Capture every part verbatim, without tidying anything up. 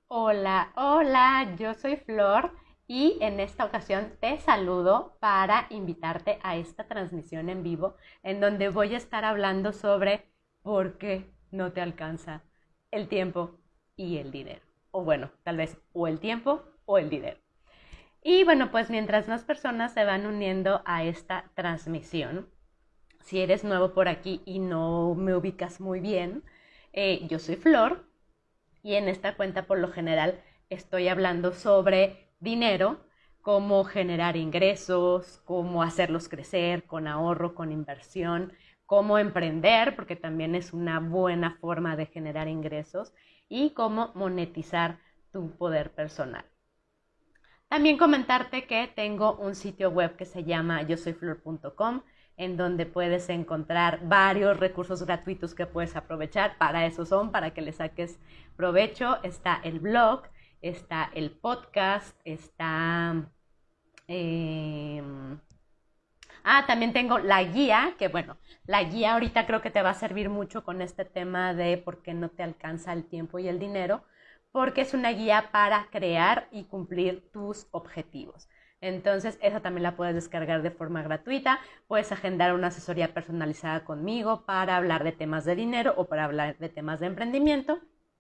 Hola, hola, yo soy Flor y en esta ocasión te saludo para invitarte a esta transmisión en vivo en donde voy a estar hablando sobre por qué no te alcanza el tiempo y el dinero. O bueno, tal vez o el tiempo o el dinero. Y bueno, pues mientras más personas se van uniendo a esta transmisión, si eres nuevo por aquí y no me ubicas muy bien, eh, yo soy Flor y en esta cuenta por lo general estoy hablando sobre dinero, cómo generar ingresos, cómo hacerlos crecer con ahorro, con inversión, cómo emprender, porque también es una buena forma de generar ingresos, y cómo monetizar tu poder personal. También comentarte que tengo un sitio web que se llama yo soy flor punto com, en donde puedes encontrar varios recursos gratuitos que puedes aprovechar. Para eso son, para que le saques provecho. Está el blog, está el podcast, está... Eh, ah, también tengo la guía, que bueno, la guía ahorita creo que te va a servir mucho con este tema de por qué no te alcanza el tiempo y el dinero, porque es una guía para crear y cumplir tus objetivos. Entonces, esa también la puedes descargar de forma gratuita. Puedes agendar una asesoría personalizada conmigo para hablar de temas de dinero o para hablar de temas de emprendimiento.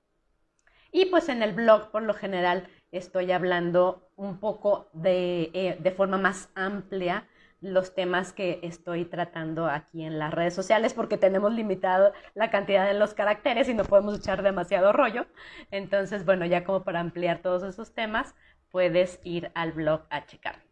Y pues en el blog, por lo general, estoy hablando un poco de, eh, de forma más amplia los temas que estoy tratando aquí en las redes sociales porque tenemos limitado la cantidad de los caracteres y no podemos echar demasiado rollo. Entonces, bueno, ya como para ampliar todos esos temas, puedes ir al blog a checar.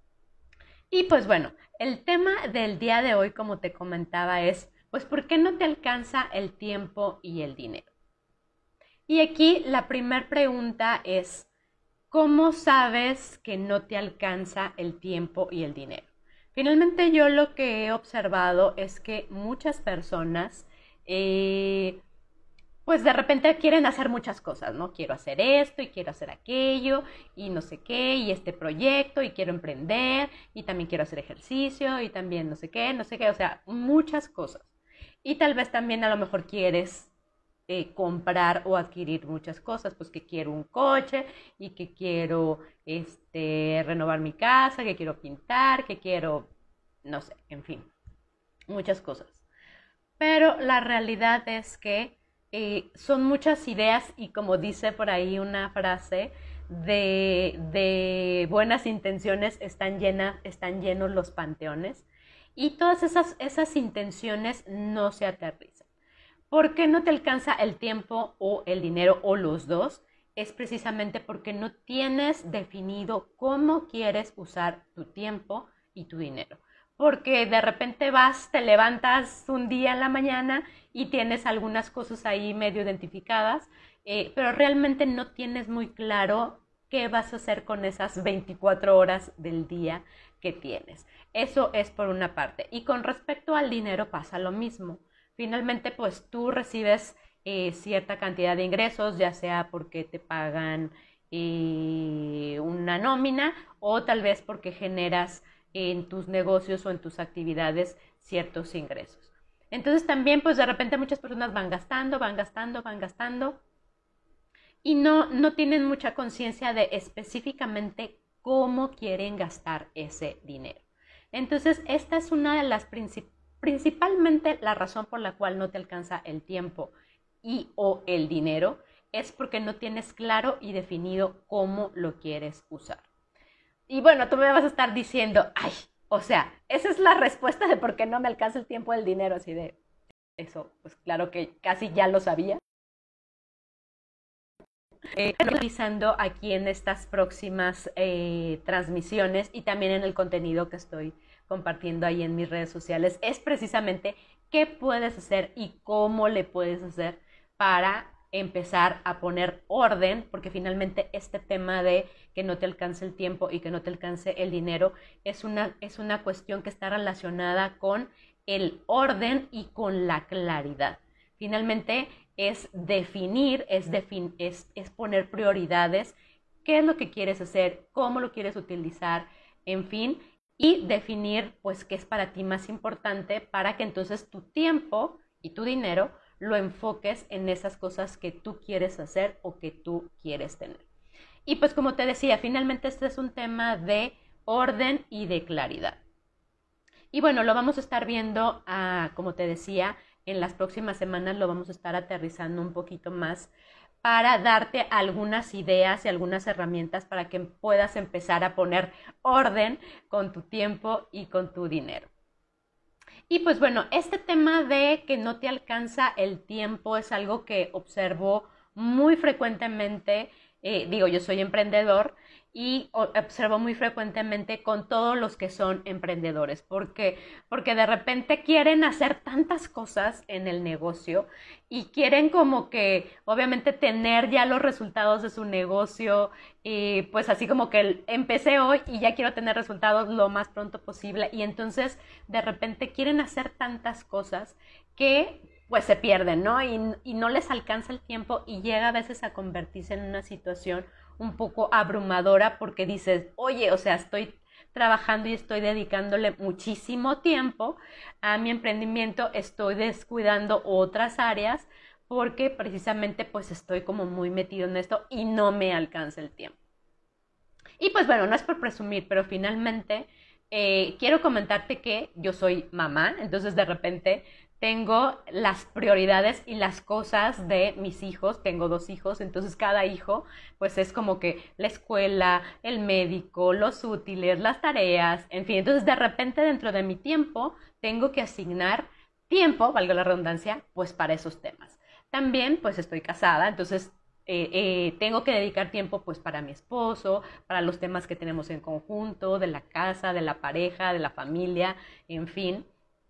Y pues bueno, el tema del día de hoy, como te comentaba, es, pues, ¿por qué no te alcanza el tiempo y el dinero? Y aquí la primera pregunta es, ¿cómo sabes que no te alcanza el tiempo y el dinero? Finalmente yo lo que he observado es que muchas personas eh, pues de repente quieren hacer muchas cosas, ¿no? Quiero hacer esto y quiero hacer aquello y no sé qué y este proyecto y quiero emprender y también quiero hacer ejercicio y también no sé qué, no sé qué, o sea, muchas cosas. Y tal vez también a lo mejor quieres eh, comprar o adquirir muchas cosas, pues que quiero un coche y que quiero este, renovar mi casa, que quiero pintar, que quiero, no sé, en fin, muchas cosas. Pero la realidad es que eh, son muchas ideas y como dice por ahí una frase, de, de buenas intenciones están, llena, están llenos los panteones y todas esas, esas intenciones no se aterrizan. ¿Por qué no te alcanza el tiempo o el dinero o los dos? Es precisamente porque no tienes definido cómo quieres usar tu tiempo y tu dinero. Porque de repente vas, te levantas un día en la mañana y tienes algunas cosas ahí medio identificadas, eh, pero realmente no tienes muy claro qué vas a hacer con esas veinticuatro horas del día que tienes. Eso es por una parte. Y con respecto al dinero pasa lo mismo. Finalmente, pues tú recibes eh, cierta cantidad de ingresos, ya sea porque te pagan eh, una nómina o tal vez porque generas en tus negocios o en tus actividades ciertos ingresos. Entonces también pues de repente muchas personas van gastando, van gastando, van gastando y no, no tienen mucha conciencia de específicamente cómo quieren gastar ese dinero. Entonces esta es una de las principales, principalmente la razón por la cual no te alcanza el tiempo y o el dinero es porque no tienes claro y definido cómo lo quieres usar. Y bueno, tú me vas a estar diciendo, ay, o sea, esa es la respuesta de por qué no me alcanza el tiempo y el dinero, así de eso, pues claro que casi ya lo sabía. Eh, realizando aquí en estas próximas eh, transmisiones y también en el contenido que estoy compartiendo ahí en mis redes sociales es precisamente qué puedes hacer y cómo le puedes hacer para empezar a poner orden, porque finalmente este tema de que no te alcance el tiempo y que no te alcance el dinero es una, es una cuestión que está relacionada con el orden y con la claridad. Finalmente es definir, es, defin es, es poner prioridades, qué es lo que quieres hacer, cómo lo quieres utilizar, en fin, y definir pues qué es para ti más importante para que entonces tu tiempo y tu dinero lo enfoques en esas cosas que tú quieres hacer o que tú quieres tener. Y pues como te decía, finalmente este es un tema de orden y de claridad. Y bueno, lo vamos a estar viendo, uh, como te decía, en las próximas semanas lo vamos a estar aterrizando un poquito más para darte algunas ideas y algunas herramientas para que puedas empezar a poner orden con tu tiempo y con tu dinero. Y pues bueno, este tema de que no te alcanza el tiempo es algo que observo muy frecuentemente. Eh, digo, yo soy emprendedor y observo muy frecuentemente con todos los que son emprendedores. ¿Por qué? Porque de repente quieren hacer tantas cosas en el negocio y quieren como que obviamente tener ya los resultados de su negocio y pues así como que empecé hoy y ya quiero tener resultados lo más pronto posible y entonces de repente quieren hacer tantas cosas que pues se pierden, ¿no? Y, y no les alcanza el tiempo y llega a veces a convertirse en una situación un poco abrumadora porque dices, oye, o sea, estoy trabajando y estoy dedicándole muchísimo tiempo a mi emprendimiento, estoy descuidando otras áreas porque precisamente pues estoy como muy metido en esto y no me alcanza el tiempo. Y pues bueno, no es por presumir, pero finalmente eh, quiero comentarte que yo soy mamá, entonces de repente tengo las prioridades y las cosas de mis hijos, tengo dos hijos, entonces cada hijo pues es como que la escuela, el médico, los útiles, las tareas, en fin, entonces de repente dentro de mi tiempo tengo que asignar tiempo, valga la redundancia, pues para esos temas. También pues estoy casada, entonces eh, eh, tengo que dedicar tiempo pues para mi esposo, para los temas que tenemos en conjunto, de la casa, de la pareja, de la familia, en fin.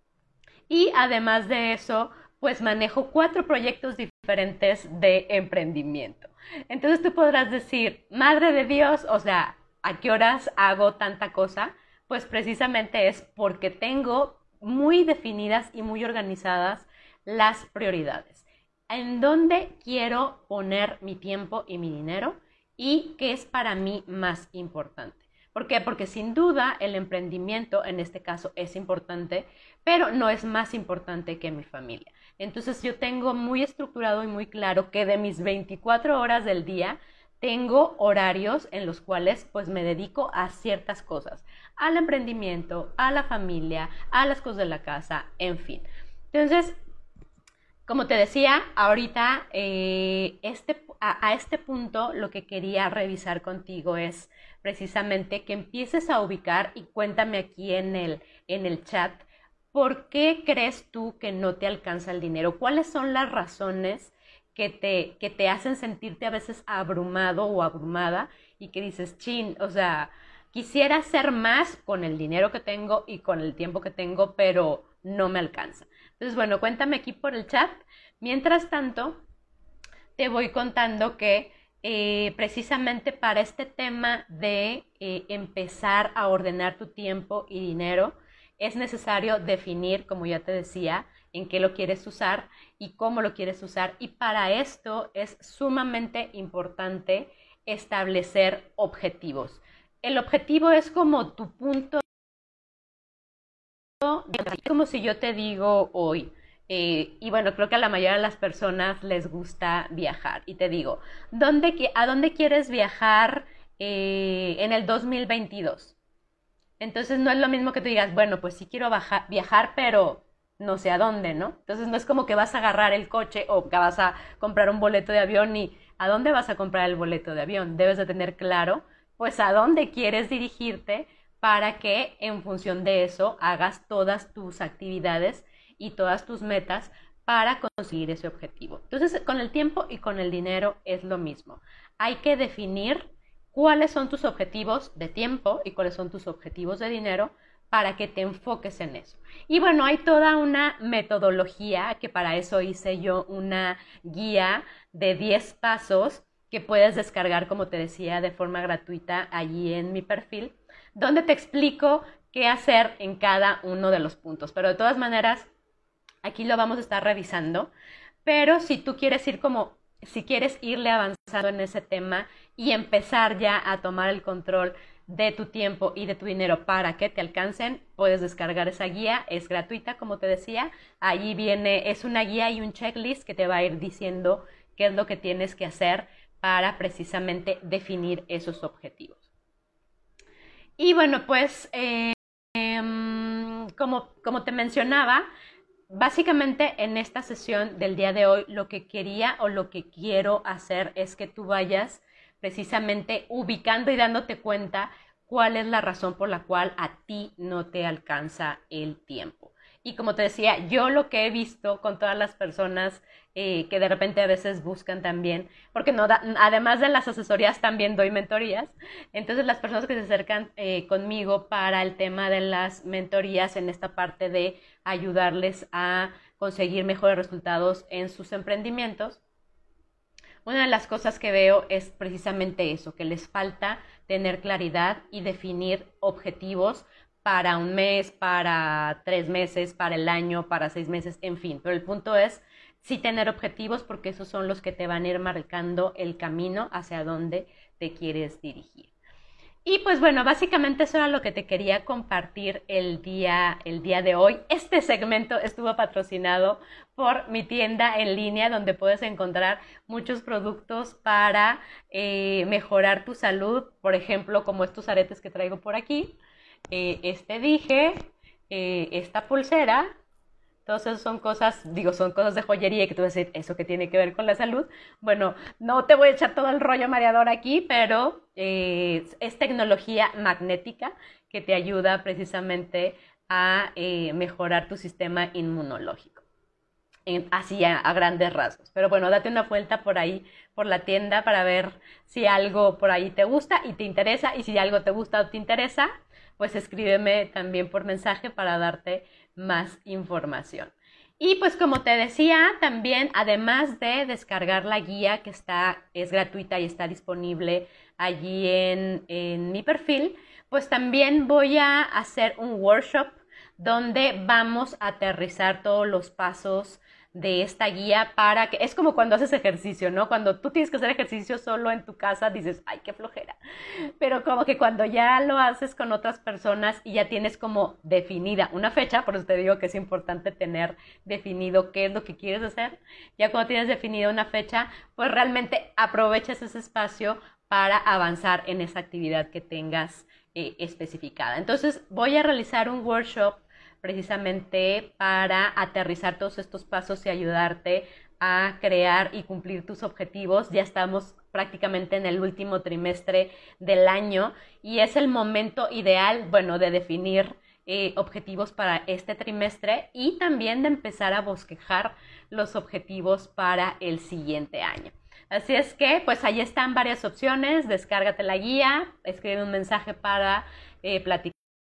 Y además de eso, pues manejo cuatro proyectos diferentes de emprendimiento. Entonces tú podrás decir, madre de Dios, o sea, ¿a qué horas hago tanta cosa? Pues precisamente es porque tengo muy definidas y muy organizadas las prioridades. En dónde quiero poner mi tiempo y mi dinero y qué es para mí más importante. ¿Por qué? Porque sin duda el emprendimiento en este caso es importante, pero no es más importante que mi familia. Entonces yo tengo muy estructurado y muy claro que de mis veinticuatro horas del día tengo horarios en los cuales pues me dedico a ciertas cosas, al emprendimiento, a la familia, a las cosas de la casa, en fin. Entonces, como te decía, ahorita eh, este, a, a este punto lo que quería revisar contigo es precisamente que empieces a ubicar y cuéntame aquí en el, en el chat, ¿por qué crees tú que no te alcanza el dinero? ¿Cuáles son las razones que te, que te hacen sentirte a veces abrumado o abrumada y que dices, chin, o sea, quisiera hacer más con el dinero que tengo y con el tiempo que tengo, pero no me alcanza? Entonces, bueno, cuéntame aquí por el chat. Mientras tanto, te voy contando que eh, precisamente para este tema de eh, empezar a ordenar tu tiempo y dinero, es necesario definir, como ya te decía, en qué lo quieres usar y cómo lo quieres usar. Y para esto es sumamente importante establecer objetivos. El objetivo es como tu punto. Es como si yo te digo hoy, eh, y bueno, creo que a la mayoría de las personas les gusta viajar, y te digo, ¿dónde, ¿a dónde quieres viajar eh, en el dos mil veintidós? Entonces no es lo mismo que tú digas, bueno, pues sí quiero baja, viajar, pero no sé a dónde, ¿no? Entonces no es como que vas a agarrar el coche o que vas a comprar un boleto de avión y ¿a dónde vas a comprar el boleto de avión? Debes de tener claro, pues, a dónde quieres dirigirte para que en función de eso hagas todas tus actividades y todas tus metas para conseguir ese objetivo. Entonces, con el tiempo y con el dinero es lo mismo. Hay que definir cuáles son tus objetivos de tiempo y cuáles son tus objetivos de dinero para que te enfoques en eso. Y bueno, hay toda una metodología que para eso hice yo una guía de diez pasos que puedes descargar, como te decía, de forma gratuita allí en mi perfil, donde te explico qué hacer en cada uno de los puntos. Pero de todas maneras, aquí lo vamos a estar revisando. Pero si tú quieres ir como, si quieres irle avanzando en ese tema y empezar ya a tomar el control de tu tiempo y de tu dinero para que te alcancen, puedes descargar esa guía, es gratuita como te decía, ahí viene, es una guía y un checklist que te va a ir diciendo qué es lo que tienes que hacer para precisamente definir esos objetivos. Y bueno, pues eh, eh, como, como te mencionaba, básicamente en esta sesión del día de hoy lo que quería o lo que quiero hacer es que tú vayas precisamente ubicando y dándote cuenta cuál es la razón por la cual a ti no te alcanza el tiempo. Y como te decía, yo lo que he visto con todas las personas eh, que de repente a veces buscan también, porque no da, además de las asesorías también doy mentorías, entonces las personas que se acercan eh, conmigo para el tema de las mentorías en esta parte de ayudarles a conseguir mejores resultados en sus emprendimientos, una de las cosas que veo es precisamente eso, que les falta tener claridad y definir objetivos para un mes, para tres meses, para el año, para seis meses, en fin. Pero el punto es sí tener objetivos porque esos son los que te van a ir marcando el camino hacia donde te quieres dirigir. Y pues bueno, básicamente eso era lo que te quería compartir el día, el día de hoy. Este segmento estuvo patrocinado por mi tienda en línea donde puedes encontrar muchos productos para eh, mejorar tu salud. Por ejemplo, como estos aretes que traigo por aquí, eh, este dije, eh, esta pulsera. Todas esas son cosas, digo, son cosas de joyería que tú vas a decir, ¿eso que tiene que ver con la salud? Bueno, no te voy a echar todo el rollo mareador aquí, pero eh, es tecnología magnética que te ayuda precisamente a eh, mejorar tu sistema inmunológico. En, así a, a grandes rasgos. Pero bueno, date una vuelta por ahí, por la tienda, para ver si algo por ahí te gusta y te interesa. Y si algo te gusta o te interesa, pues escríbeme también por mensaje para darte más información. Y pues como te decía, también además de descargar la guía que está, es gratuita y está disponible allí en, en mi perfil, pues también voy a hacer un workshop donde vamos a aterrizar todos los pasos de esta guía para que, es como cuando haces ejercicio, ¿no? Cuando tú tienes que hacer ejercicio solo en tu casa, dices, ay, qué flojera. Pero como que cuando ya lo haces con otras personas y ya tienes como definida una fecha, por eso te digo que es importante tener definido qué es lo que quieres hacer, ya cuando tienes definida una fecha, pues realmente aprovechas ese espacio para avanzar en esa actividad que tengas eh, especificada. Entonces voy a realizar un workshop precisamente para aterrizar todos estos pasos y ayudarte a crear y cumplir tus objetivos. Ya estamos prácticamente en el último trimestre del año y es el momento ideal, bueno, de definir eh, objetivos para este trimestre y también de empezar a bosquejar los objetivos para el siguiente año. Así es que, pues ahí están varias opciones. Descárgate la guía, escribe un mensaje para eh, platicar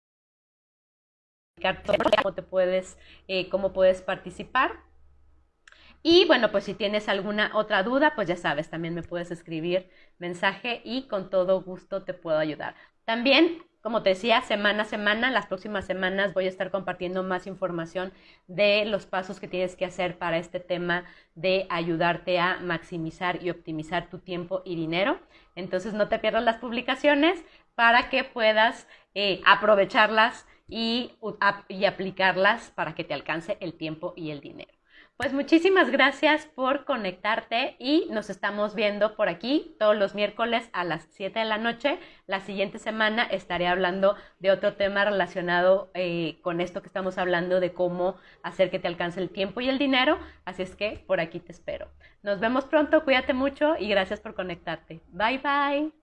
cómo te puedes, eh, cómo puedes participar. Y bueno, pues si tienes alguna otra duda, pues ya sabes, también me puedes escribir mensaje y con todo gusto te puedo ayudar. También, como te decía, semana a semana, las próximas semanas voy a estar compartiendo más información de los pasos que tienes que hacer para este tema de ayudarte a maximizar y optimizar tu tiempo y dinero. Entonces no te pierdas las publicaciones para que puedas eh, aprovecharlas y, y aplicarlas para que te alcance el tiempo y el dinero. Pues muchísimas gracias por conectarte y nos estamos viendo por aquí todos los miércoles a las siete de la noche. La siguiente semana estaré hablando de otro tema relacionado eh, con esto que estamos hablando de cómo hacer que te alcance el tiempo y el dinero. Así es que por aquí te espero. Nos vemos pronto, cuídate mucho y gracias por conectarte. Bye bye.